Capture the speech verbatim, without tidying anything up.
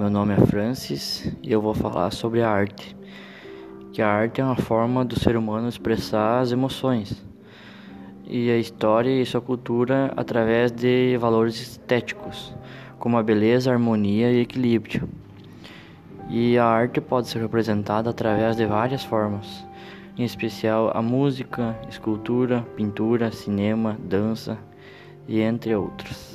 Meu nome é Francis e eu vou falar sobre a arte. Que a arte é uma forma do ser humano expressar as emoções e a história e sua cultura através de valores estéticos, como a beleza, a harmonia e equilíbrio. E a arte pode ser representada através de várias formas, em especial a música, escultura, pintura, cinema, dança e entre outras.